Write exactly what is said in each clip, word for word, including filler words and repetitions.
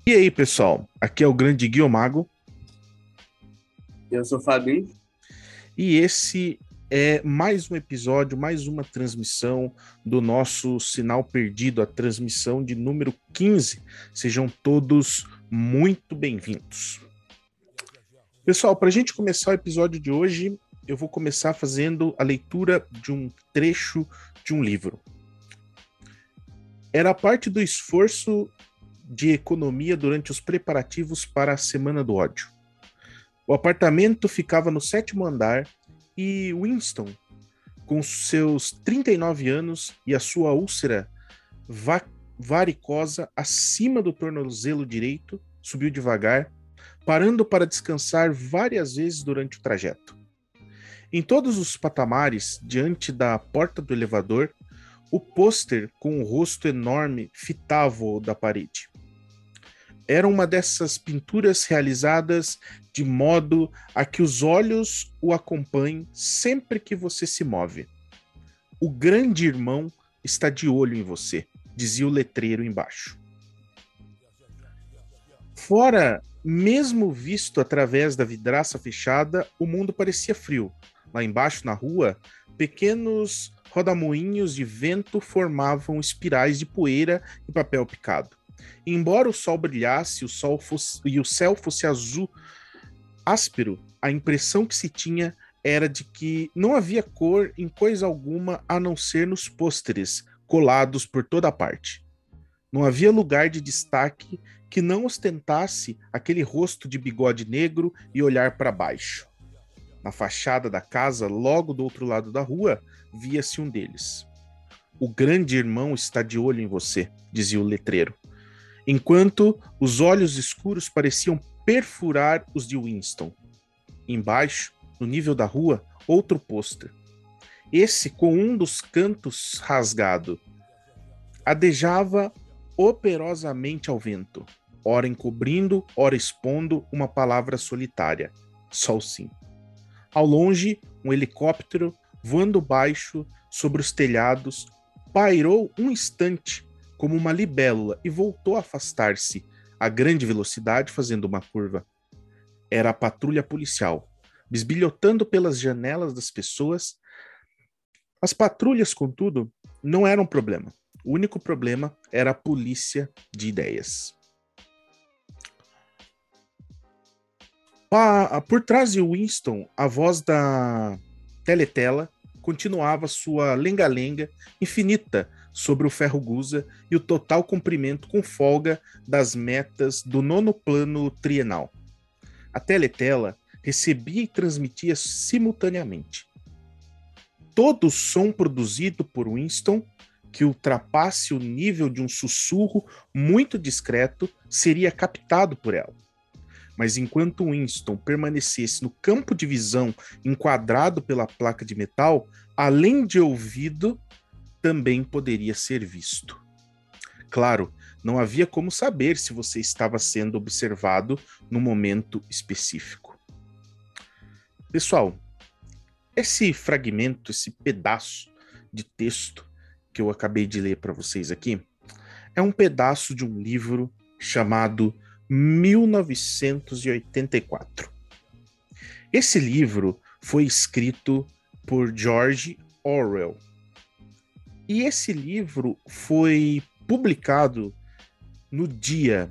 E aí, pessoal? Aqui é o grande Guiomago Eu sou o Fabinho. e esse é mais um episódio, mais uma transmissão do nosso Sinal Perdido, a transmissão de número quinze. Sejam todos muito bem-vindos. Pessoal, para a gente começar o episódio de hoje, eu vou começar fazendo a leitura de um trecho de um livro. Era parte do esforço de economia durante os preparativos para a Semana do Ódio. O apartamento ficava no sétimo andar e Winston, com seus trinta e nove anos e a sua úlcera va- varicosa acima do tornozelo direito, subiu devagar, parando para descansar várias vezes durante o trajeto. Em todos os patamares, diante da porta do elevador, o pôster com o rosto enorme fitava-o da parede. Era uma dessas pinturas realizadas de modo a que os olhos o acompanhem sempre que você se move. O grande irmão está de olho em você, dizia o letreiro embaixo. Fora, mesmo visto através da vidraça fechada, o mundo parecia frio. Lá embaixo, na rua, pequenos rodamuinhos de vento formavam espirais de poeira e papel picado. Embora o sol brilhasse o sol fosse, e o céu fosse azul áspero, a impressão que se tinha era de que não havia cor em coisa alguma a não ser nos pôsteres colados por toda parte. Não havia lugar de destaque que não ostentasse aquele rosto de bigode negro e olhar para baixo. Na fachada da casa, logo do outro lado da rua, via-se um deles. O grande irmão está de olho em você, dizia o letreiro, enquanto os olhos escuros pareciam perfurar os de Winston. Embaixo, no nível da rua, outro pôster. Esse com um dos cantos rasgado. Adejava operosamente ao vento, ora encobrindo, ora expondo uma palavra solitária. Só o sim. Ao longe, um helicóptero, voando baixo sobre os telhados, pairou um instante como uma libélula e voltou a afastar-se a grande velocidade fazendo uma curva. Era a patrulha policial, bisbilhotando pelas janelas das pessoas. As patrulhas, contudo, não eram problema. O único problema era a polícia de ideias. Por trás de Winston, a voz da teletela continuava sua lenga-lenga infinita sobre o ferro gusa e o total comprimento com folga das metas do nono plano trienal. A teletela recebia e transmitia simultaneamente. Todo som produzido por Winston que ultrapasse o nível de um sussurro muito discreto seria captado por ela. Mas enquanto Winston permanecesse no campo de visão enquadrado pela placa de metal, além de ouvido, também poderia ser visto. Claro, não havia como saber se você estava sendo observado no momento específico. Pessoal, esse fragmento, esse pedaço de texto que eu acabei de ler para vocês aqui, é um pedaço de um livro chamado mil novecentos e oitenta e quatro. Esse livro foi escrito por George Orwell. E esse livro foi publicado no dia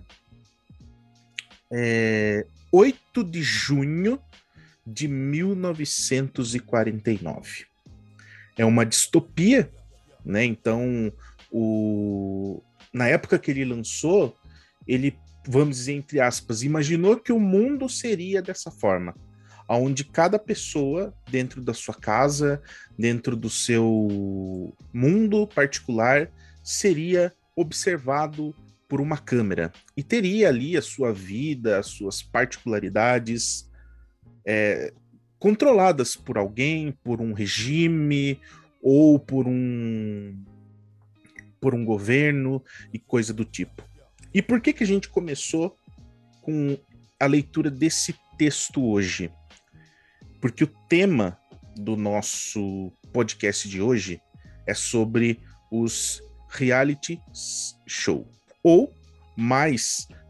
é, oito de junho de mil novecentos e quarenta e nove. É uma distopia, né? Então, o... na época que ele lançou, ele, vamos dizer, entre aspas, imaginou que o mundo seria dessa forma, onde cada pessoa, dentro da sua casa, dentro do seu mundo particular, seria observado por uma câmera e teria ali a sua vida, as suas particularidades é, controladas por alguém, por um regime ou por um por um governo e coisa do tipo. E por que que a gente começou com a leitura desse texto hoje? Porque o tema do nosso podcast de hoje é sobre os reality show, ou mais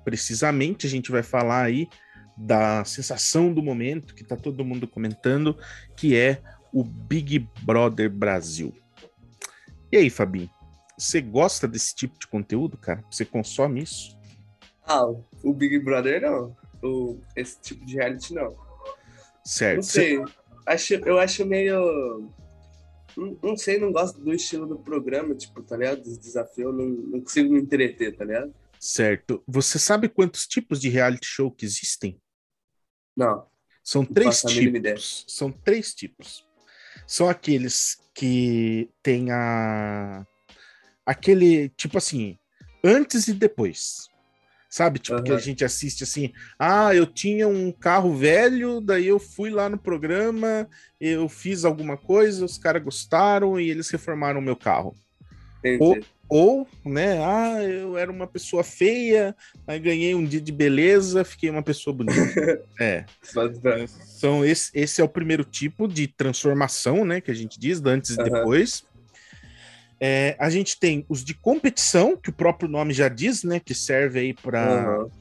precisamente a gente vai falar aí da sensação do momento, que tá todo mundo comentando, que é o Big Brother Brasil. E aí, Fabinho, você gosta desse tipo de conteúdo, cara? Você consome isso? Ah, o Big Brother não. O, esse tipo de reality não. Certo. Não sei. Acho, eu acho meio... Não, não sei, não gosto do estilo do programa, tipo, tá ligado? Dos desafios, não, não consigo me entreter, tá ligado? Certo. Você sabe quantos tipos de reality show que existem? Não, São não três faço a mínima ideia. tipos. São três tipos. São aqueles que tem a... Aquele, tipo assim, antes e depois. Sabe? Tipo, que a Aham, gente assiste assim, ah, eu tinha um carro velho, daí eu fui lá no programa, eu fiz alguma coisa, os caras gostaram e eles reformaram o meu carro. Ou, entendi. ou, né, ah, eu era uma pessoa feia, aí ganhei um dia de beleza, fiquei uma pessoa bonita. É. Mas, tá. É, São esse, esse é o primeiro tipo de transformação, né, que a gente diz, do antes e Aham, depois. É, a gente tem os de competição, que o próprio nome já diz, né? Que serve aí para aham,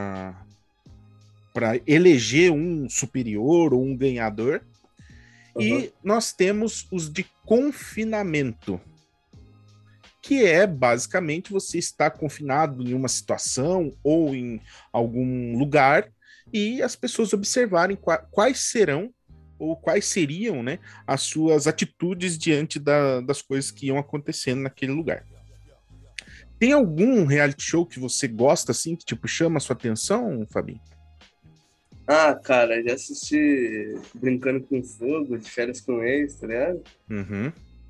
para eleger um superior ou um ganhador. aham. E nós temos os de confinamento, que é basicamente você estar confinado em uma situação ou em algum lugar e as pessoas observarem qua- quais serão ou quais seriam, né, as suas atitudes diante da- das coisas que iam acontecendo naquele lugar. Tem algum reality show que você gosta, assim, que, tipo, chama a sua atenção, Fabinho? Ah, cara, já assisti Brincando com Fogo, de Férias com Ex, tá ligado? Uhum.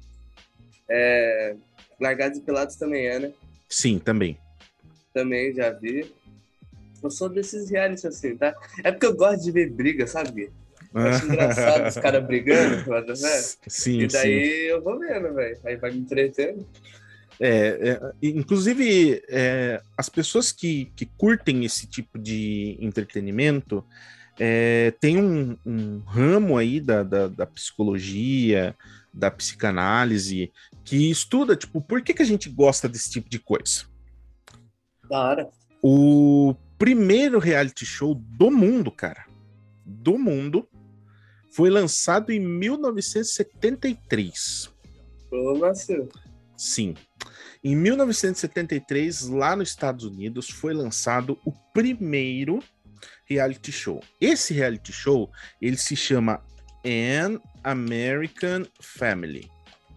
Largados e Pelados também é, né? Sim, também. Também já vi. Eu sou desses realities assim, tá? É porque eu gosto de ver briga, sabe? Eu acho engraçado os caras brigando, bota fé. E Sim, sim. daí eu vou vendo, velho. Aí vai me entretendo. É, é, inclusive, é, as pessoas que, que curtem esse tipo de entretenimento é, tem um, um ramo aí da, da, da psicologia, da psicanálise, que estuda, tipo, por que, que a gente gosta desse tipo de coisa. Da hora. O primeiro reality show do mundo, cara, do mundo, foi lançado em mil novecentos e setenta e três. Ô, Marcelo. Sim. Em mil novecentos e setenta e três, lá nos Estados Unidos, foi lançado o primeiro reality show. Esse reality show, ele se chama An American Family.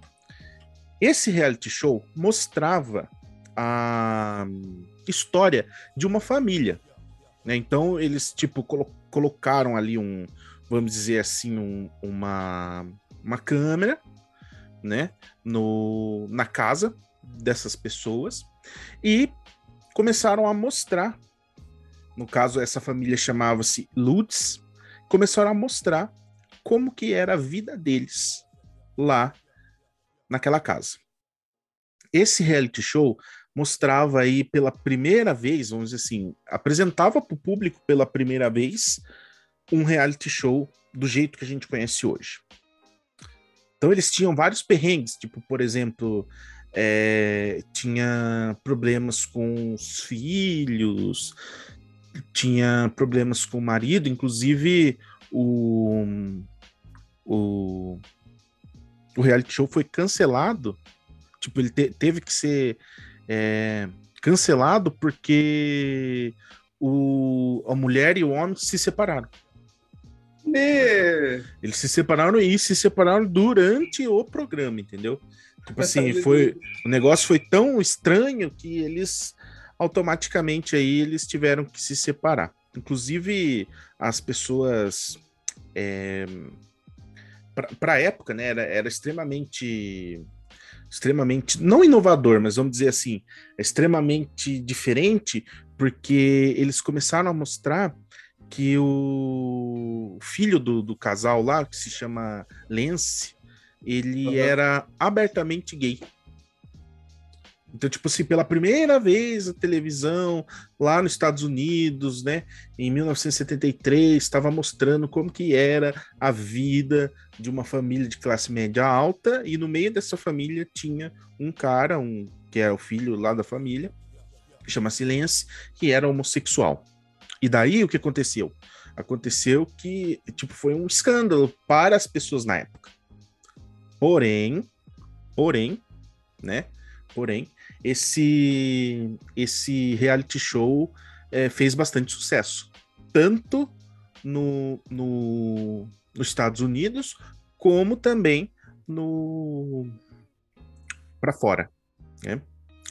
Esse reality show mostrava a história de uma família, né? Então eles tipo colo colocaram ali um, vamos dizer assim, um, uma uma câmera, né, no na casa dessas pessoas e começaram a mostrar. No caso, essa família chamava-se Lutz. Começaram a mostrar como que era a vida deles lá naquela casa. Esse reality show mostrava aí pela primeira vez, vamos dizer assim, apresentava para o público pela primeira vez um reality show do jeito que a gente conhece hoje. Então eles tinham vários perrengues, tipo, por exemplo, é, tinha problemas com os filhos, tinha problemas com o marido, inclusive o, o, o reality show foi cancelado. Tipo, ele te, teve que ser é, cancelado porque o, a mulher e o homem se separaram. Me... Eles se separaram e se separaram durante o programa, entendeu? Tipo assim, foi, o negócio foi tão estranho que eles automaticamente aí eles tiveram que se separar. Inclusive, as pessoas é, para a época, né, era, era extremamente extremamente, não inovador, mas vamos dizer assim, extremamente diferente, porque eles começaram a mostrar que o filho do, do casal lá, que se chama Lance, ele Uhum. era abertamente gay. Então, tipo assim, pela primeira vez a televisão lá nos Estados Unidos, né, em mil novecentos e setenta e três, estava mostrando como que era a vida de uma família de classe média alta, e no meio dessa família tinha um cara, um que é o filho lá da família, que chama-se Lance, que era homossexual. E daí o que aconteceu? Aconteceu que tipo, foi um escândalo para as pessoas na época. Porém, porém, né? Porém, esse, esse reality show é, fez bastante sucesso. Tanto no, no, nos Estados Unidos, como também no para fora, né?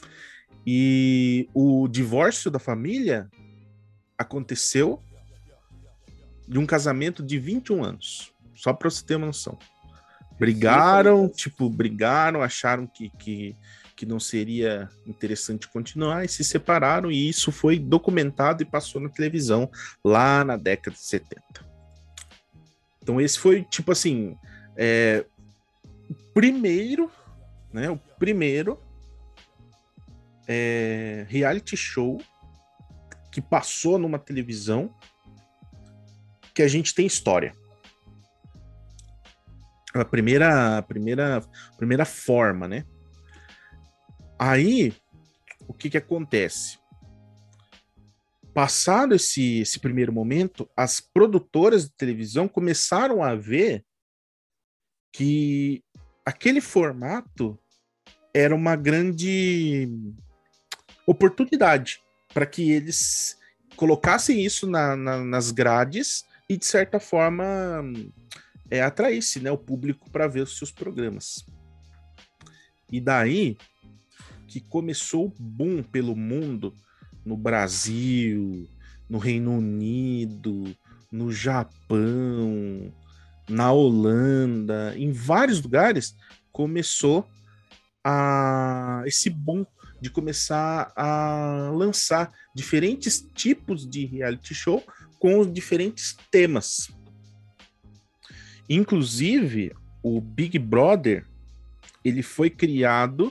E o divórcio da família aconteceu de um casamento de vinte e um anos, só para você ter uma noção. Brigaram, tipo, brigaram, acharam que, que, que não seria interessante continuar e se separaram, e isso foi documentado e passou na televisão lá na década de setenta. Então esse foi, tipo assim, é, o primeiro, né, o primeiro é, reality show que passou numa televisão que a gente tem história. A primeira, a primeira, a primeira forma, né? Aí, o que que acontece? Passado esse, esse primeiro momento, as produtoras de televisão começaram a ver que aquele formato era uma grande oportunidade para que eles colocassem isso na, na, nas grades e, de certa forma, é, atraísse, né, o público para ver os seus programas. E daí que começou o boom pelo mundo, no Brasil, no Reino Unido, no Japão, na Holanda, em vários lugares, começou a, esse boom de começar a lançar diferentes tipos de reality show com os diferentes temas. Inclusive, o Big Brother, ele foi criado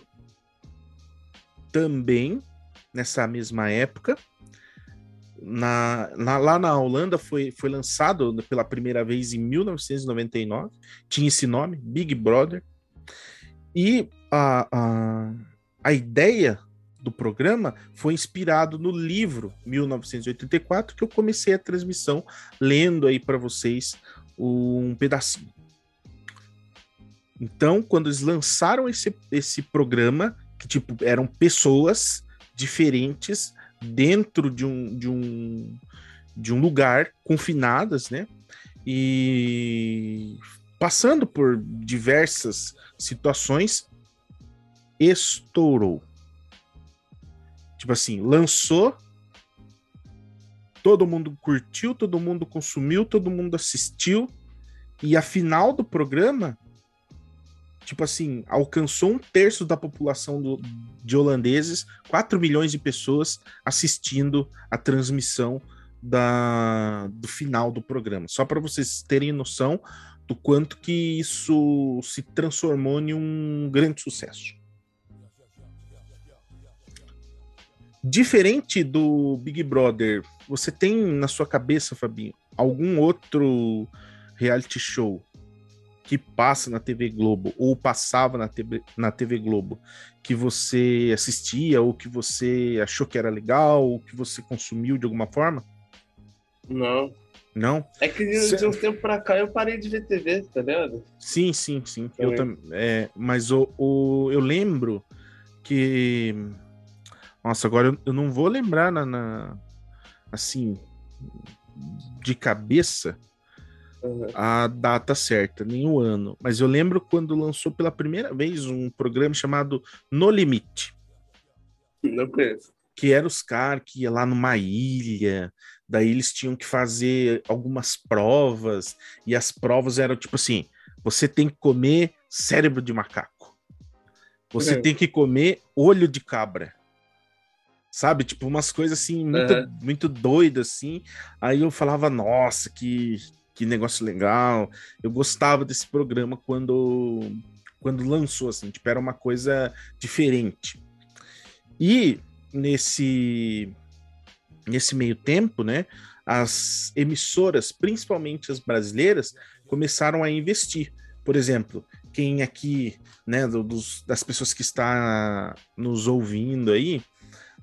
também nessa mesma época. Na, na, lá na Holanda foi, foi lançado pela primeira vez em mil novecentos e noventa e nove, tinha esse nome, Big Brother, e a, a, a ideia do programa foi inspirado no livro mil novecentos e oitenta e quatro, que eu comecei a transmissão lendo aí para vocês um pedacinho. Então, quando eles lançaram esse, esse programa, que tipo, eram pessoas diferentes dentro de um, de um, de um lugar, confinadas, né? E passando por diversas situações, estourou. Tipo assim, lançou, todo mundo curtiu, todo mundo consumiu, todo mundo assistiu, e a final do programa, tipo assim, alcançou um terço da população do, de holandeses, quatro milhões de pessoas assistindo a transmissão da, do final do programa. Só para vocês terem noção do quanto que isso se transformou em um grande sucesso. Diferente do Big Brother, você tem na sua cabeça, Fabinho, algum outro reality show que passa na T V Globo ou passava na T V, na T V Globo que você assistia ou que você achou que era legal ou que você consumiu de alguma forma? Não. Não? É que de, Cê... de um tempo pra cá eu parei de ver T V, tá vendo? Sim, sim, sim. Eu tam... é, mas o, o, eu lembro que... Nossa, agora eu, eu não vou lembrar na, na... assim, de cabeça... Uhum. A data certa, nem o ano. Mas eu lembro quando lançou pela primeira vez um programa chamado No Limite. Não conheço. Que eram os caras que iam lá numa ilha, daí eles tinham que fazer algumas provas, e as provas eram tipo assim, você tem que comer cérebro de macaco. Você Uhum. tem que comer olho de cabra. Sabe? Tipo, umas coisas assim, muito, Uhum. muito doidas, assim. Aí eu falava, nossa, que... que negócio legal. Eu gostava desse programa quando, quando lançou, assim, tipo, era uma coisa diferente. E nesse, nesse meio tempo, né, as emissoras, principalmente as brasileiras, começaram a investir. Por exemplo, quem aqui, né, dos, das pessoas que está nos ouvindo aí,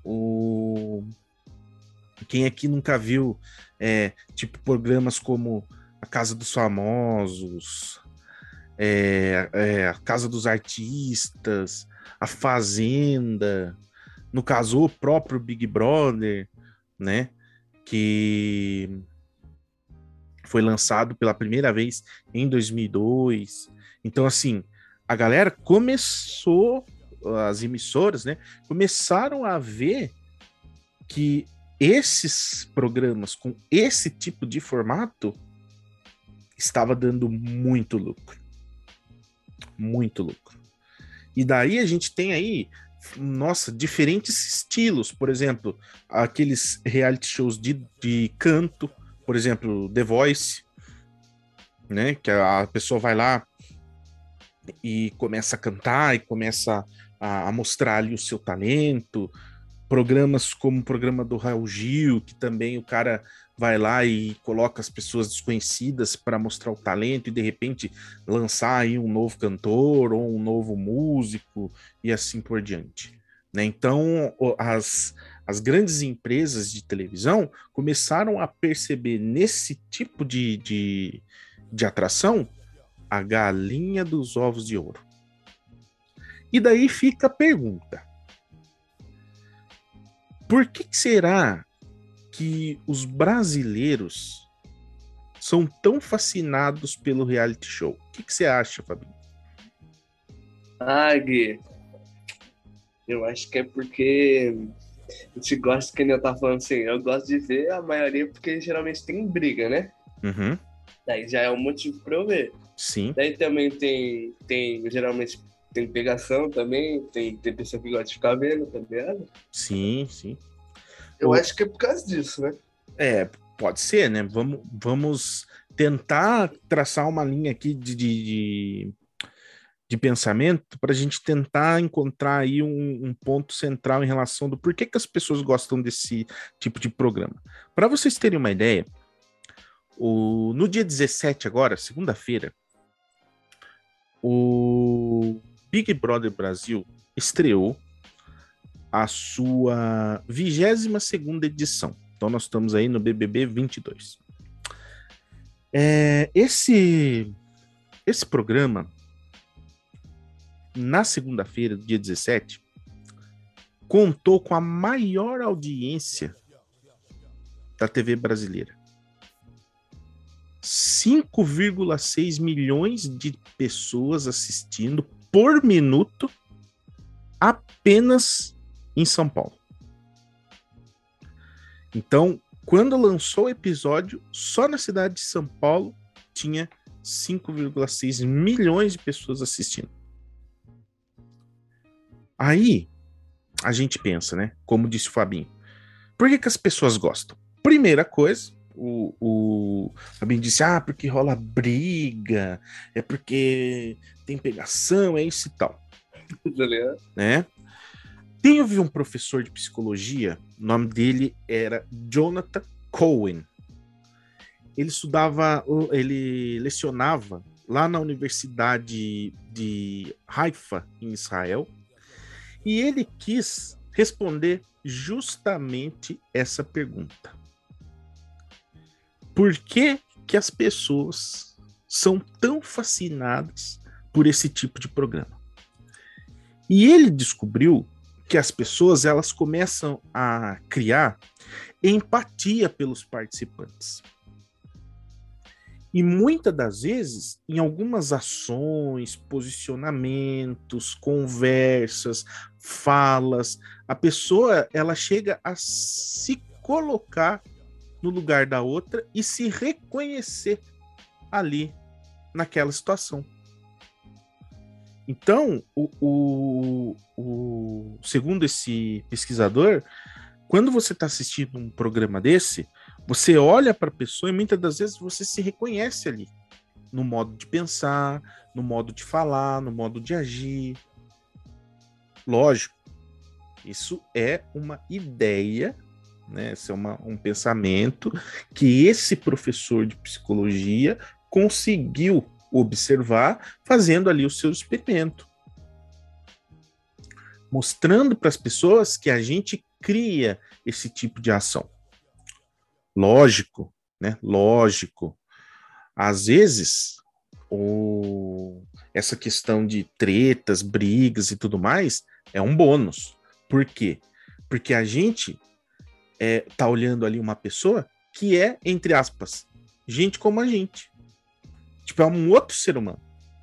O... Quem aqui nunca viu, é, tipo, programas como A Casa dos Famosos, é, é, A Casa dos Artistas, A Fazenda, no caso, o próprio Big Brother, né? Que foi lançado pela primeira vez em dois mil e dois. Então, assim, a galera começou, as emissoras, né? Começaram a ver que esses programas com esse tipo de formato estava dando muito lucro. Muito lucro. E daí a gente tem aí, nossa, diferentes estilos. Por exemplo, aqueles reality shows de, de canto, por exemplo, The Voice, né? Que a pessoa vai lá e começa a cantar e começa a, a mostrar ali o seu talento. Programas como o programa do Raul Gil, que também o cara vai lá e coloca as pessoas desconhecidas para mostrar o talento e de repente lançar aí um novo cantor ou um novo músico e assim por diante, né? Então as, as grandes empresas de televisão começaram a perceber nesse tipo de, de, de atração a galinha dos ovos de ouro. E daí fica a pergunta: por que será que os brasileiros são tão fascinados pelo reality show? O que, que você acha, Fabinho? Ah, Gui, eu acho que é porque a gente gosta, que nem eu tava falando assim, eu gosto de ver a maioria porque geralmente tem briga, né? Uhum. Daí já é um motivo pra eu ver. Sim. Daí também tem, tem geralmente tem pegação também, tem, tem pessoa que gosta de ficar vendo, tá ligado? Sim, sim. Eu O... acho que é por causa disso, né? É, pode ser, né? Vamos, vamos tentar traçar uma linha aqui de, de, de, de pensamento para a gente tentar encontrar aí um, um ponto central em relação do porquê que as pessoas gostam desse tipo de programa. Para vocês terem uma ideia, o, no dia dezessete agora, segunda-feira, o Big Brother Brasil estreou a sua vigésima segunda edição. Então nós estamos aí no B B B vinte e dois. É, esse, esse programa, na segunda-feira, dia dezessete, contou com a maior audiência da T V brasileira. cinco vírgula seis milhões de pessoas assistindo por minuto apenas em São Paulo. Então, quando lançou o episódio, só na cidade de São Paulo tinha cinco vírgula seis milhões de pessoas assistindo. Aí, a gente pensa, né? Como disse o Fabinho, por que que as pessoas gostam? Primeira coisa, o, o Fabinho disse, ah, porque rola briga, é porque tem pegação, é isso e tal. Né? Tem eu vi um professor de psicologia, o nome dele era Jonathan Cohen. Ele estudava, ele lecionava lá na Universidade de Haifa, em Israel, e ele quis responder justamente essa pergunta. Por que que as pessoas são tão fascinadas por esse tipo de programa? E ele descobriu que as pessoas elas começam a criar empatia pelos participantes. E muitas das vezes, em algumas ações, posicionamentos, conversas, falas, a pessoa ela chega a se colocar no lugar da outra e se reconhecer ali naquela situação. Então, o, o, o, segundo esse pesquisador, quando você está assistindo um programa desse, você olha para a pessoa e muitas das vezes você se reconhece ali, no modo de pensar, no modo de falar, no modo de agir. Lógico, isso é uma ideia, né? Isso é uma, um pensamento que esse professor de psicologia conseguiu observar fazendo ali o seu experimento. Mostrando para as pessoas que a gente cria esse tipo de ação. Lógico, né? Lógico. Às vezes, o... essa questão de tretas, brigas e tudo mais é um bônus. Por quê? Porque a gente é, tá olhando ali uma pessoa que é, entre aspas, gente como a gente. Tipo, é um outro ser humano.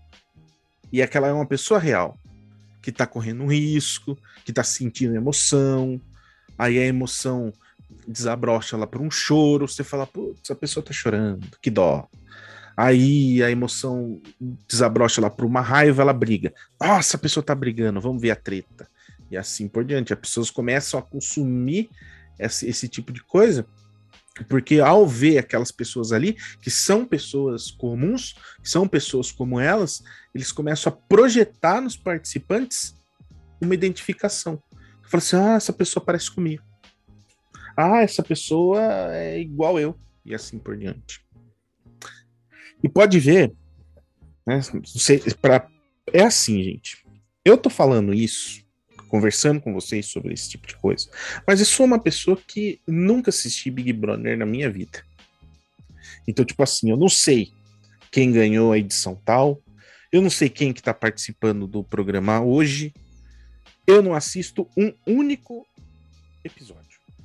E aquela é uma pessoa real, que tá correndo um risco, que tá sentindo emoção, aí a emoção desabrocha lá por um choro, você fala, putz, a pessoa tá chorando, que dó. Aí a emoção desabrocha lá por uma raiva, ela briga. Nossa, a pessoa tá brigando, vamos ver a treta. E assim por diante. As pessoas começam a consumir esse, esse tipo de coisa, porque ao ver aquelas pessoas ali, que são pessoas comuns, que são pessoas como elas, eles começam a projetar nos participantes uma identificação. Fala assim, ah, essa pessoa parece comigo. Ah, essa pessoa é igual eu. E assim por diante. E pode ver, né, você, pra, é assim, gente. Eu tô falando isso, conversando com vocês sobre esse tipo de coisa, mas eu sou uma pessoa que nunca assisti Big Brother na minha vida. Então, tipo assim, eu não sei quem ganhou a edição tal, eu não sei quem que tá participando do programa hoje, eu não assisto um único episódio.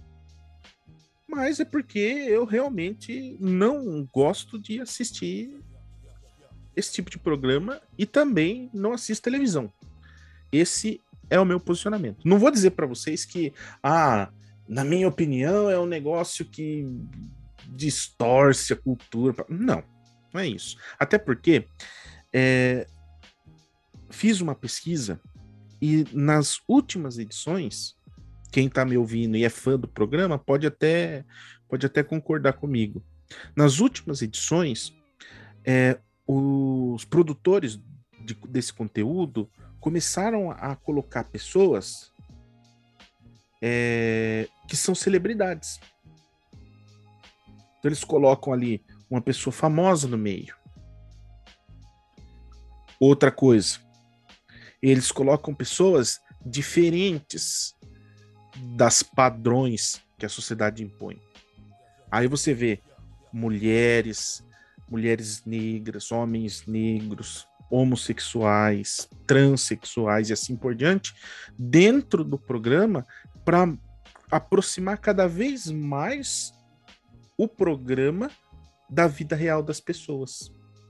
Mas é porque eu realmente não gosto de assistir esse tipo de programa e também não assisto televisão. Esse é o meu posicionamento. Não vou dizer para vocês que, ah, na minha opinião, é um negócio que distorce a cultura. Não, não é isso. Até porque é, fiz uma pesquisa e nas últimas edições, quem está me ouvindo e é fã do programa pode até, pode até concordar comigo. Nas últimas edições, é, os produtores de, desse conteúdo começaram a colocar pessoas é, que são celebridades. Então eles colocam ali uma pessoa famosa no meio. Outra coisa, eles colocam pessoas diferentes das padrões que a sociedade impõe. Aí você vê mulheres, mulheres negras, homens negros, homossexuais, transexuais e assim por diante, dentro do programa para aproximar cada vez mais o programa da vida real das pessoas.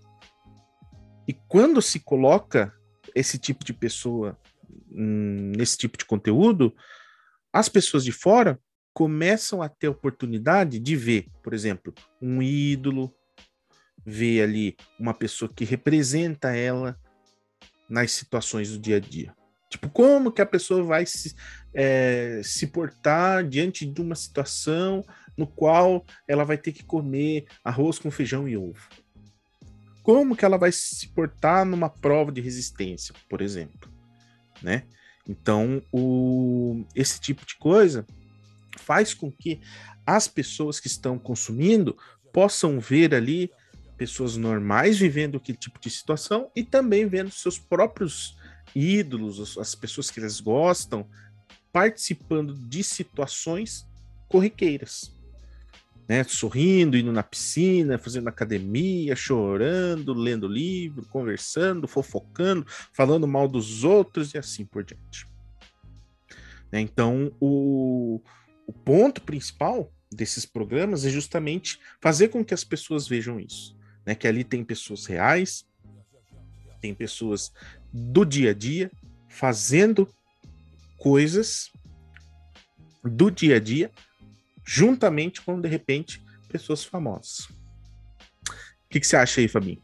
E quando se coloca esse tipo de pessoa hum, nesse tipo de conteúdo, as pessoas de fora começam a ter a oportunidade de ver, por exemplo, um ídolo, ver ali uma pessoa que representa ela nas situações do dia a dia. Tipo, como que a pessoa vai se, é, se portar diante de uma situação no qual ela vai ter que comer arroz com feijão e ovo. Como que ela vai se portar numa prova de resistência, por exemplo, né? Então, o, esse tipo de coisa faz com que as pessoas que estão consumindo possam ver ali pessoas normais vivendo aquele tipo de situação e também vendo seus próprios ídolos, as pessoas que eles gostam, participando de situações corriqueiras. Né, sorrindo, indo na piscina, fazendo academia, chorando, lendo livro, conversando, fofocando, falando mal dos outros e assim por diante. Né, então, o, o ponto principal desses programas é justamente fazer com que as pessoas vejam isso. Né, que ali tem pessoas reais, tem pessoas do dia a dia, fazendo coisas do dia a dia, juntamente com, de repente, pessoas famosas. O que, que você acha aí, Fabinho?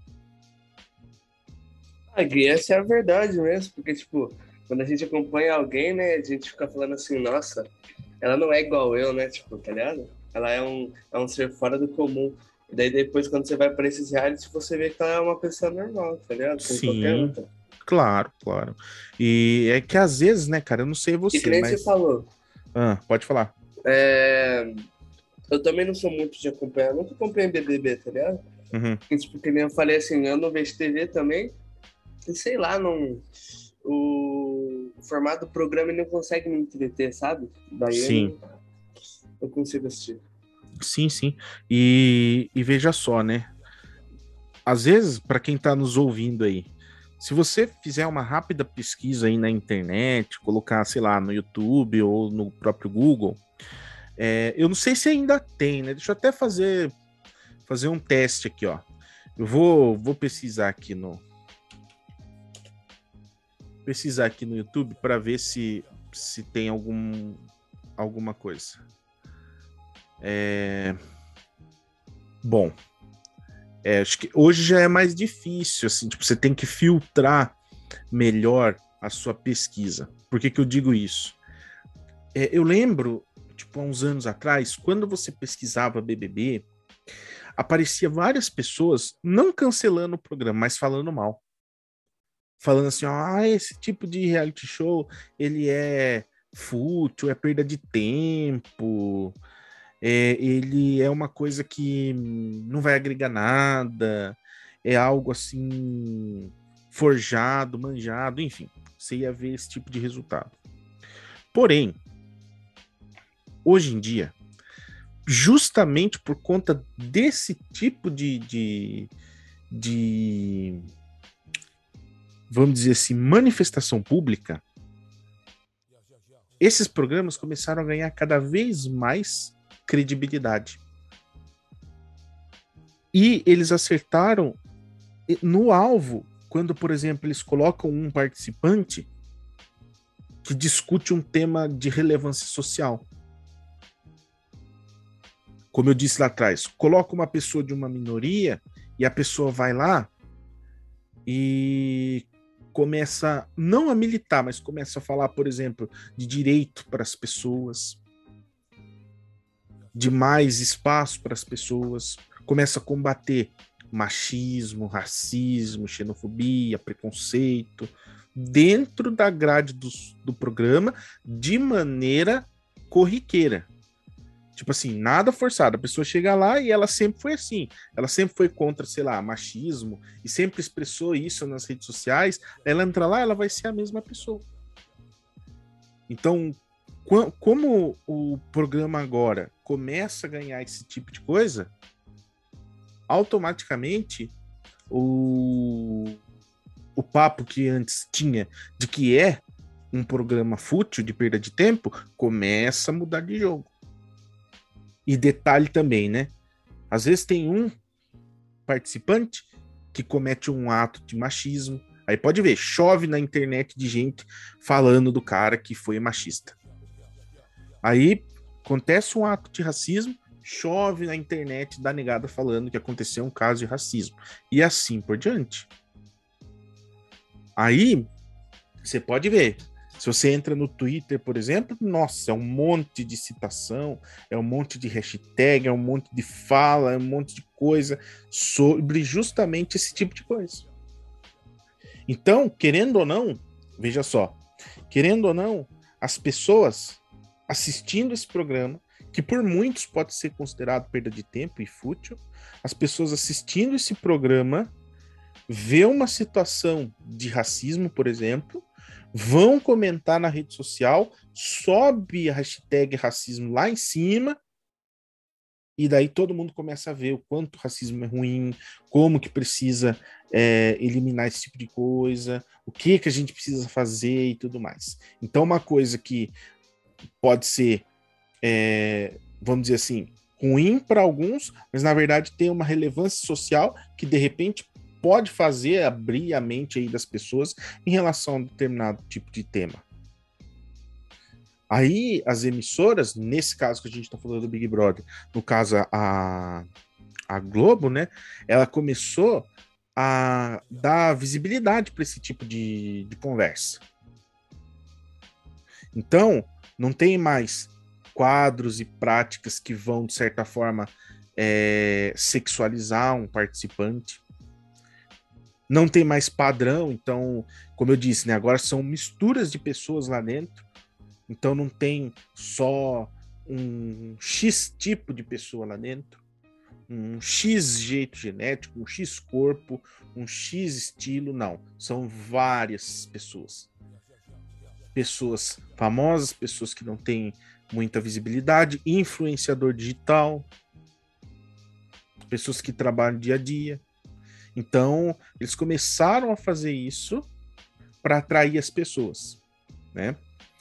Ah, Gui, essa é a verdade mesmo, porque, tipo, quando a gente acompanha alguém, né, a gente fica falando assim, nossa, ela não é igual eu, né, tipo, tá ligado? Ela é um, é um ser fora do comum. E daí depois, quando você vai para esses realities, você vê que ela é uma pessoa normal, tá ligado? Com qualquer Sim, outra. claro, claro. E é que às vezes, né, cara, eu não sei você, E que nem mas... você falou, Ah, pode falar. é... eu também não sou muito de acompanhar, nunca acompanhei B B B, tá ligado? Uhum. E, tipo, que nem eu falei assim, eu não vejo T V também, e sei lá, não... O... o formato do programa ele não consegue me entreter, sabe? Daí Sim. eu não, não consigo assistir. Sim, sim. E, e veja só, né? Às vezes, para quem está nos ouvindo aí, se você fizer uma rápida pesquisa aí na internet, colocar, sei lá, no YouTube ou no próprio Google, é, eu não sei se ainda tem, né? Deixa eu até fazer, fazer um teste aqui, ó. Eu vou, vou pesquisar aqui no pesquisar aqui no YouTube para ver se, se tem algum, alguma coisa. É... Bom, é, acho que hoje já é mais difícil, assim, tipo, você tem que filtrar melhor a sua pesquisa. Por que que eu digo isso? É, eu lembro, tipo, há uns anos atrás, quando você pesquisava B B B, aparecia várias pessoas não cancelando o programa, mas falando mal. Falando assim, ó, ah, esse tipo de reality show, ele é fútil, é perda de tempo, é, ele é uma coisa que não vai agregar nada, é algo assim, forjado, manjado, enfim, você ia ver esse tipo de resultado. Porém, hoje em dia, justamente por conta desse tipo de, de, de vamos dizer assim, manifestação pública, esses programas começaram a ganhar cada vez mais credibilidade. E eles acertaram no alvo quando, por exemplo, eles colocam um participante que discute um tema de relevância social. Como eu disse lá atrás, coloca uma pessoa de uma minoria e a pessoa vai lá e começa, não a militar, mas começa a falar, por exemplo, de direito para as pessoas, de mais espaço para as pessoas, começa a combater machismo, racismo, xenofobia, preconceito, dentro da grade do, do programa, de maneira corriqueira. Tipo assim, nada forçado. A pessoa chega lá e ela sempre foi assim. Ela sempre foi contra, sei lá, machismo e sempre expressou isso nas redes sociais. Ela entra lá, ela vai ser a mesma pessoa. Então, como o programa agora começa a ganhar esse tipo de coisa, automaticamente o, o papo que antes tinha de que é um programa fútil de perda de tempo começa a mudar de jogo. E detalhe também, né? Às vezes tem um participante que comete um ato de machismo. Aí pode ver, chove na internet de gente falando do cara que foi machista. Aí acontece um ato de racismo, chove na internet da negada falando que aconteceu um caso de racismo. E assim por diante. Aí você pode ver. Se você entra no Twitter, por exemplo, nossa, é um monte de citação, é um monte de hashtag, é um monte de fala, é um monte de coisa sobre justamente esse tipo de coisa. Então, querendo ou não, veja só, querendo ou não, as pessoas assistindo esse programa, que por muitos pode ser considerado perda de tempo e fútil, as pessoas assistindo esse programa vê uma situação de racismo, por exemplo, vão comentar na rede social, sobe a hashtag racismo lá em cima, e daí todo mundo começa a ver o quanto o racismo é ruim, como que precisa é, eliminar esse tipo de coisa, o que que a gente precisa fazer e tudo mais. Então, uma coisa que pode ser, é, vamos dizer assim, ruim para alguns, mas na verdade tem uma relevância social que de repente pode fazer abrir a mente aí das pessoas em relação a um determinado tipo de tema. Aí as emissoras, nesse caso que a gente está falando do Big Brother, no caso a, a Globo, né, ela começou a dar visibilidade para esse tipo de, de conversa. Então, não tem mais quadros e práticas que vão, de certa forma, é, sexualizar um participante. Não tem mais padrão, então, como eu disse, né, agora são misturas de pessoas lá dentro, então não tem só um X tipo de pessoa lá dentro, um X jeito genético, um X corpo, um X estilo, não, são várias pessoas. pessoas famosas, pessoas que não têm muita visibilidade, influenciador digital, pessoas que trabalham dia a dia. Então, eles começaram a fazer isso para atrair as pessoas, né?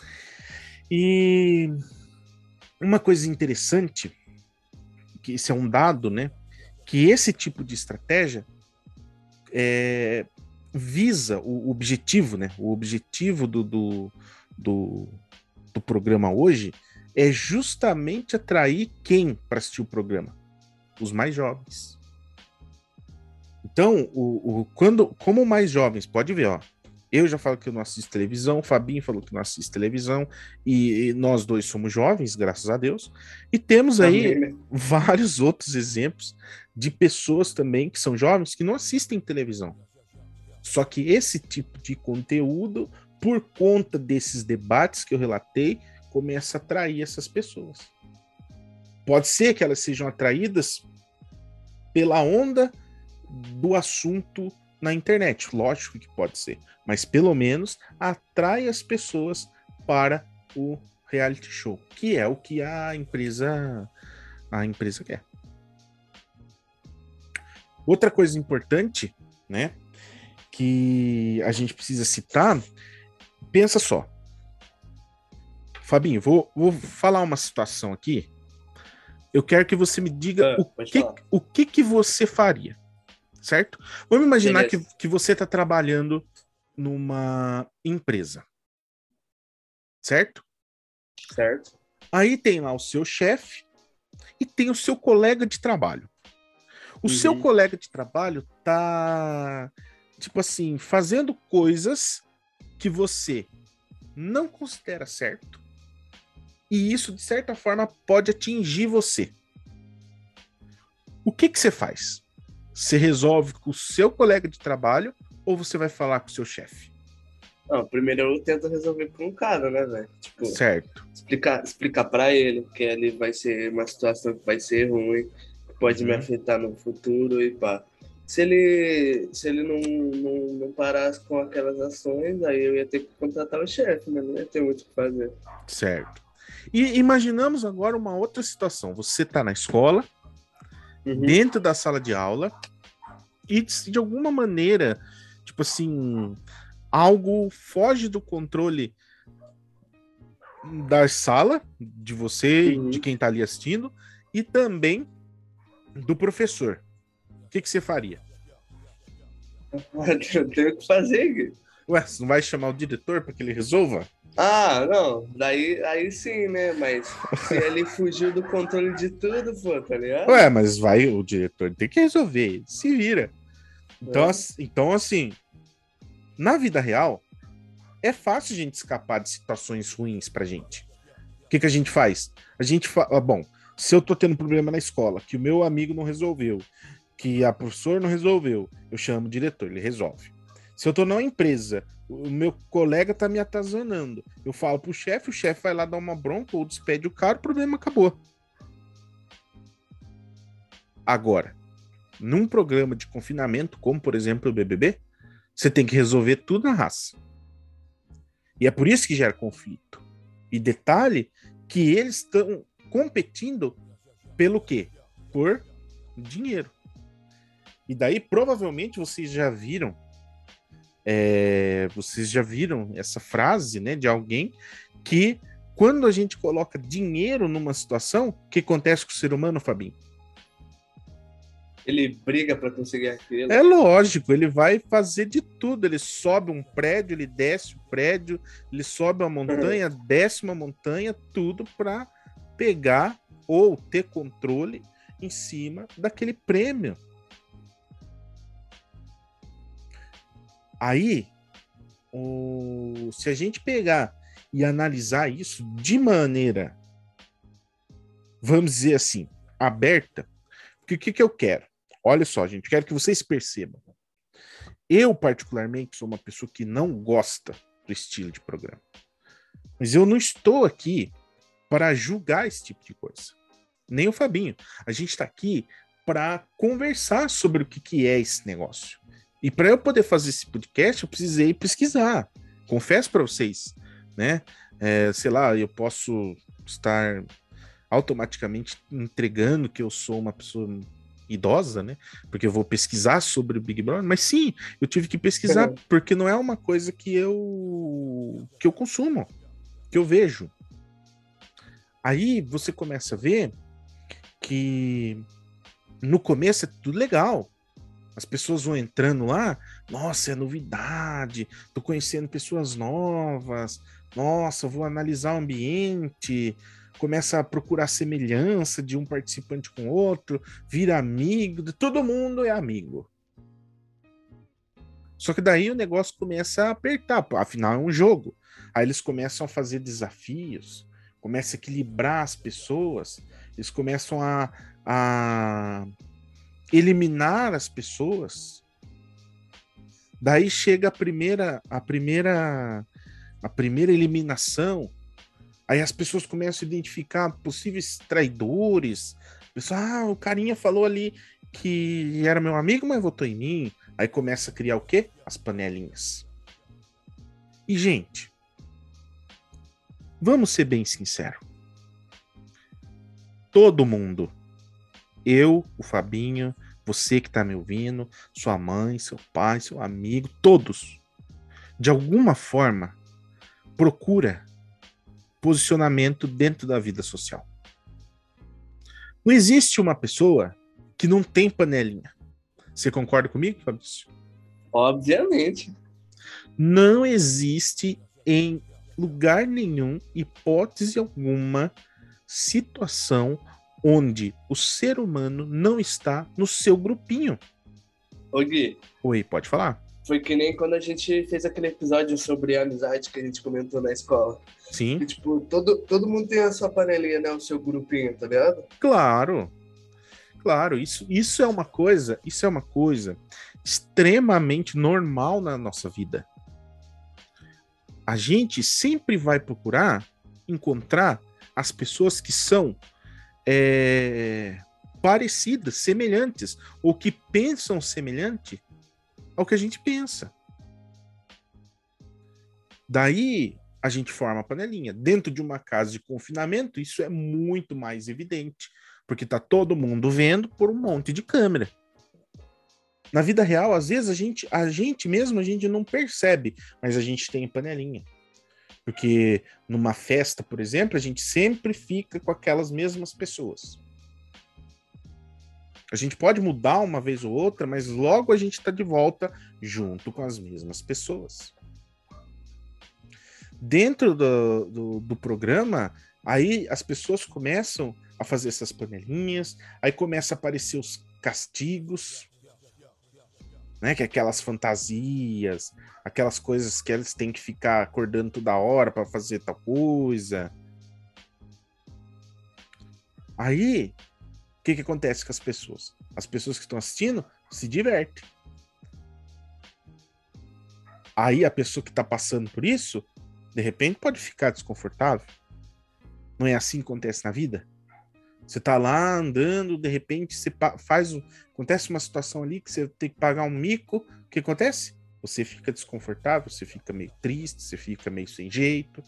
E uma coisa interessante, que isso é um dado, né? Que esse tipo de estratégia é, visa o objetivo, né? O objetivo do, do, do, do programa hoje é justamente atrair quem para assistir o programa? Os mais jovens. Então, o, o, quando, como mais jovens, pode ver, ó, eu já falo que eu não assisto televisão, o Fabinho falou que não assiste televisão, e, e nós dois somos jovens, graças a Deus, e temos aí Amém, né? vários outros exemplos de pessoas também que são jovens que não assistem televisão. Só que esse tipo de conteúdo, por conta desses debates que eu relatei, começa a atrair essas pessoas. Pode ser que elas sejam atraídas pela onda do assunto na internet, lógico que pode ser, mas pelo menos atrai as pessoas para o reality show, que é o que a empresa a empresa quer. Outra coisa importante, né, que a gente precisa citar, pensa só. Fabinho, vou, vou falar uma situação aqui. Eu quero que você me diga Ah, o, pode que, falar. o que que você faria, certo? Vamos imaginar que, Beleza. que você está trabalhando numa empresa, certo? Certo? Aí tem lá o seu chefe e tem o seu colega de trabalho. O seu Uhum. colega de trabalho tá, tipo assim, fazendo coisas que você não considera certo, e isso, de certa forma, pode atingir você. O que que você faz? Você resolve com o seu colega de trabalho ou você vai falar com o seu chefe? Não, primeiro eu tento resolver com o cara, né, velho? Tipo, Certo. explicar, explicar pra ele que ali vai ser uma situação que vai ser ruim, que pode me Uhum. afetar no futuro e pá. Se ele, se ele não, não, não parasse com aquelas ações, aí eu ia ter que contratar o chefe, né? Não ia ter muito o que fazer. Certo. E imaginamos agora uma outra situação. Você está na escola, Uhum. dentro da sala de aula, e de alguma maneira, tipo assim, algo foge do controle da sala, de você, Uhum. de quem está ali assistindo, e também do professor. O que, que você faria? Eu tenho que fazer, Gui. Ué, você não vai chamar o diretor para que ele resolva? Ah, não, daí aí sim, né? Mas se ele fugiu do controle de tudo, pô, tá ligado? Ué, mas vai, o diretor tem que resolver, ele se vira. Então, É. assim, então, assim, na vida real, é fácil a gente escapar de situações ruins pra gente. O que, que a gente faz? A gente fala, ah, bom, se eu tô tendo problema na escola, que o meu amigo não resolveu, que a professora não resolveu, eu chamo o diretor, ele resolve. Se eu tô numa empresa, o meu colega tá me atazanando, eu falo pro chefe, o chefe vai lá dar uma bronca ou despede o cara, o problema acabou. Agora, num programa de confinamento, como por exemplo o B B B, você tem que resolver tudo na raça. E é por isso que gera conflito. E detalhe que eles estão competindo pelo quê? Por dinheiro. E daí, provavelmente, vocês já viram é, vocês já viram essa frase, né, de alguém que quando a gente coloca dinheiro numa situação, o que acontece com o ser humano, Fabinho? Ele briga pra conseguir aquilo. É lógico, ele vai fazer de tudo. Ele sobe um prédio, ele desce o prédio, ele sobe uma montanha, desce uma montanha, tudo para pegar ou ter controle em cima daquele prêmio. Aí, o... se a gente pegar e analisar isso de maneira, vamos dizer assim, aberta, porque o que, que eu quero? Olha só, gente, quero que vocês percebam. Eu, particularmente, sou uma pessoa que não gosta do estilo de programa. Mas eu não estou aqui para julgar esse tipo de coisa. Nem o Fabinho. A gente está aqui para conversar sobre o que, que é esse negócio. E para eu poder fazer esse podcast, eu precisei pesquisar. Confesso para vocês. né? É, sei lá, eu posso estar automaticamente entregando que eu sou uma pessoa idosa, né? Porque eu vou pesquisar sobre o Big Brother, mas sim, eu tive que pesquisar, porque não é uma coisa que eu que eu consumo, que eu vejo. Aí você começa a ver que no começo é tudo legal. As pessoas vão entrando lá, nossa, é novidade, tô conhecendo pessoas novas, nossa, vou analisar o ambiente, começa a procurar semelhança de um participante com o outro, vira amigo, todo mundo é amigo. Só que daí o negócio começa a apertar, afinal é um jogo. Aí eles começam a fazer desafios, começam a equilibrar as pessoas, eles começam a, a eliminar as pessoas. Daí chega a primeira, a primeira, a primeira eliminação. Aí as pessoas começam a identificar possíveis traidores. Pessoal, ah, o carinha falou ali que era meu amigo, mas votou em mim. Aí começa a criar o quê? As panelinhas. E, gente, vamos ser bem sinceros. Todo mundo, eu, o Fabinho, você que tá me ouvindo, sua mãe, seu pai, seu amigo, todos, de alguma forma, procura posicionamento dentro da vida social. Não existe uma pessoa que não tem panelinha. Você concorda comigo, Fabrício? Obviamente. Não existe em lugar nenhum, hipótese alguma, situação onde o ser humano não está no seu grupinho. Ô Gui. Oi, pode falar. Foi que nem quando a gente fez aquele episódio sobre a amizade que a gente comentou na escola. Sim. E, tipo, todo, todo mundo tem a sua panelinha, né? O seu grupinho, tá ligado? Claro. Claro, isso, isso é uma coisa, isso é uma coisa extremamente normal na nossa vida. A gente sempre vai procurar encontrar as pessoas que são é, parecidas, semelhantes, ou que pensam semelhante ao que a gente pensa. Daí a gente forma a panelinha. Dentro de uma casa de confinamento, isso é muito mais evidente, porque tá todo mundo vendo por um monte de câmera. Na vida real, às vezes, a gente, a gente mesmo, a gente não percebe, mas a gente tem panelinha. Porque numa festa, por exemplo, a gente sempre fica com aquelas mesmas pessoas. A gente pode mudar uma vez ou outra, mas logo a gente está de volta junto com as mesmas pessoas. Dentro do, do, do programa, aí as pessoas começam a fazer essas panelinhas, aí começa a aparecer os castigos, né, que é aquelas fantasias, aquelas coisas que eles têm que ficar acordando toda hora para fazer tal coisa. Aí, o que que acontece com as pessoas? As pessoas que estão assistindo se divertem. Aí a pessoa que está passando por isso, de repente pode ficar desconfortável. Não é assim que acontece na vida? Você tá lá andando, de repente você faz, acontece uma situação ali que você tem que pagar um mico, o que acontece? Você fica desconfortável, você fica meio triste, você fica meio sem jeito.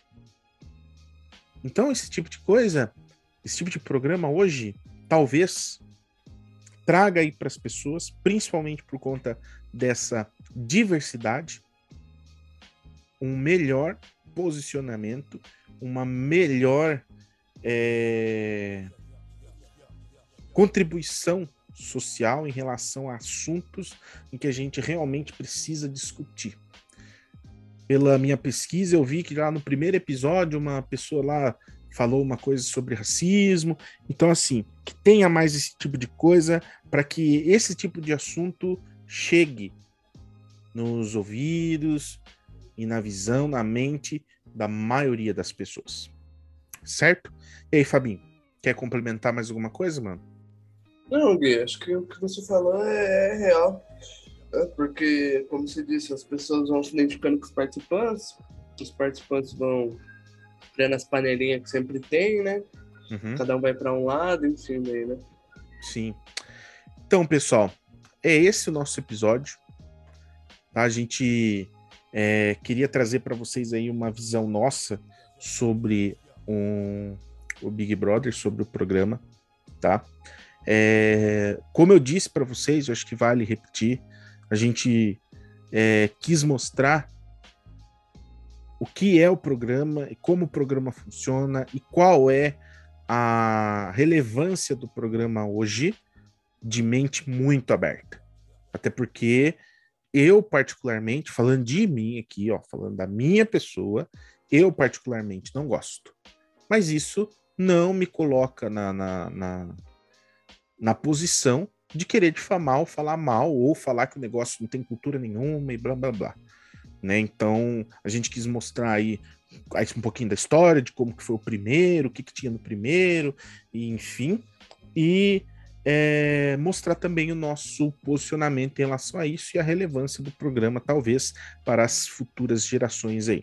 Então esse tipo de coisa, esse tipo de programa hoje, talvez traga aí para as pessoas, principalmente por conta dessa diversidade, um melhor posicionamento, uma melhor É... contribuição social em relação a assuntos em que a gente realmente precisa discutir. Pela minha pesquisa, eu vi que lá no primeiro episódio uma pessoa lá falou uma coisa sobre racismo. Então, assim, que tenha mais esse tipo de coisa para que esse tipo de assunto chegue nos ouvidos e na visão, na mente da maioria das pessoas. Certo? E aí, Fabinho, quer complementar mais alguma coisa, mano? Não, Gui, acho que o que você falou é, é real. É porque, como você disse, as pessoas vão se identificando com os participantes, os participantes vão criando as panelinhas que sempre tem, né? Uhum. Cada um vai para um lado, enfim, daí, né? Sim. Então, pessoal, é esse o nosso episódio. A gente É, queria trazer para vocês aí uma visão nossa sobre um, o Big Brother, sobre o programa, tá? É, como eu disse para vocês, eu acho que vale repetir, a gente é, quis mostrar o que é o programa e como o programa funciona e qual é a relevância do programa hoje, de mente muito aberta. Até porque eu, particularmente, falando de mim aqui, ó, falando da minha pessoa, eu, particularmente, não gosto. Mas isso não me coloca na, na, na, na posição de querer difamar ou falar mal, ou falar que o negócio não tem cultura nenhuma e blá, blá, blá. Né? Então, a gente quis mostrar aí, aí um pouquinho da história, de como que foi o primeiro, o que, que tinha no primeiro, e enfim. E é, mostrar também o nosso posicionamento em relação a isso e a relevância do programa, talvez, para as futuras gerações aí.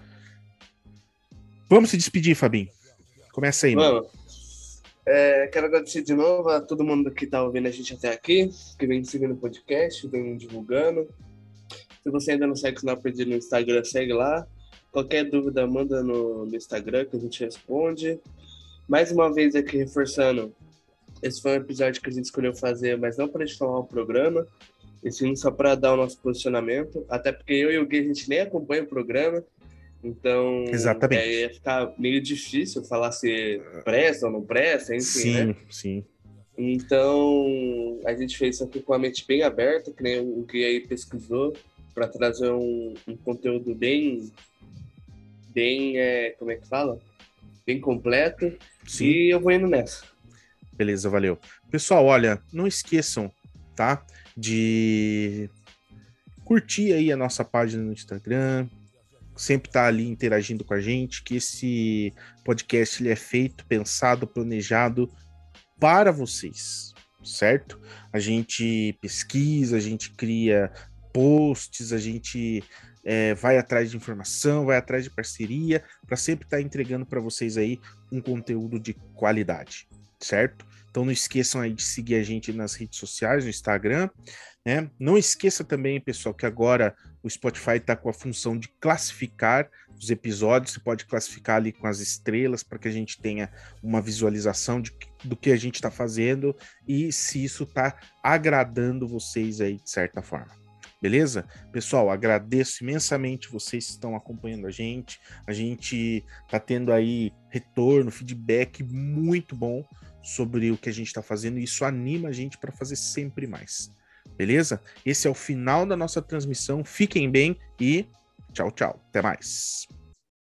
Vamos se despedir, Fabinho. Começa aí, mano. Vamos. É, quero agradecer de novo a todo mundo que está ouvindo a gente até aqui, que vem seguindo o podcast, vem divulgando. Se você ainda não segue o Canal Perdido no Instagram, segue lá. Qualquer dúvida, manda no, no Instagram que a gente responde. Mais uma vez aqui reforçando, esse foi um episódio que a gente escolheu fazer, mas não para difamar o programa, e sim só para dar o nosso posicionamento, até porque eu e o Gui a gente nem acompanha o programa, então Exatamente. é, ia ficar meio difícil falar se presta ou não presta, enfim, sim, né? Sim, Então a gente fez isso aqui com a mente bem aberta, que nem o Gui aí pesquisou, para trazer um, um conteúdo bem, bem é, como é que fala? Bem completo, sim. E eu vou indo nessa. Beleza, valeu. Pessoal, olha, não esqueçam, tá? De curtir aí a nossa página no Instagram, sempre tá ali interagindo com a gente, que esse podcast ele é feito, pensado, planejado para vocês, certo? A gente pesquisa, a gente cria posts, a gente é, vai atrás de informação, vai atrás de parceria, para sempre estar tá entregando para vocês aí um conteúdo de qualidade, certo? Então não esqueçam aí de seguir a gente nas redes sociais, no Instagram, né? Não esqueça também, pessoal, que agora o Spotify está com a função de classificar os episódios, você pode classificar ali com as estrelas para que a gente tenha uma visualização de, do que a gente está fazendo e se isso está agradando vocês aí de certa forma. Beleza? Pessoal, agradeço imensamente vocês que estão acompanhando a gente. A gente está tendo aí retorno, feedback muito bom sobre o que a gente está fazendo e isso anima a gente para fazer sempre mais. Beleza? Esse é o final da nossa transmissão. Fiquem bem e tchau, tchau. Até mais.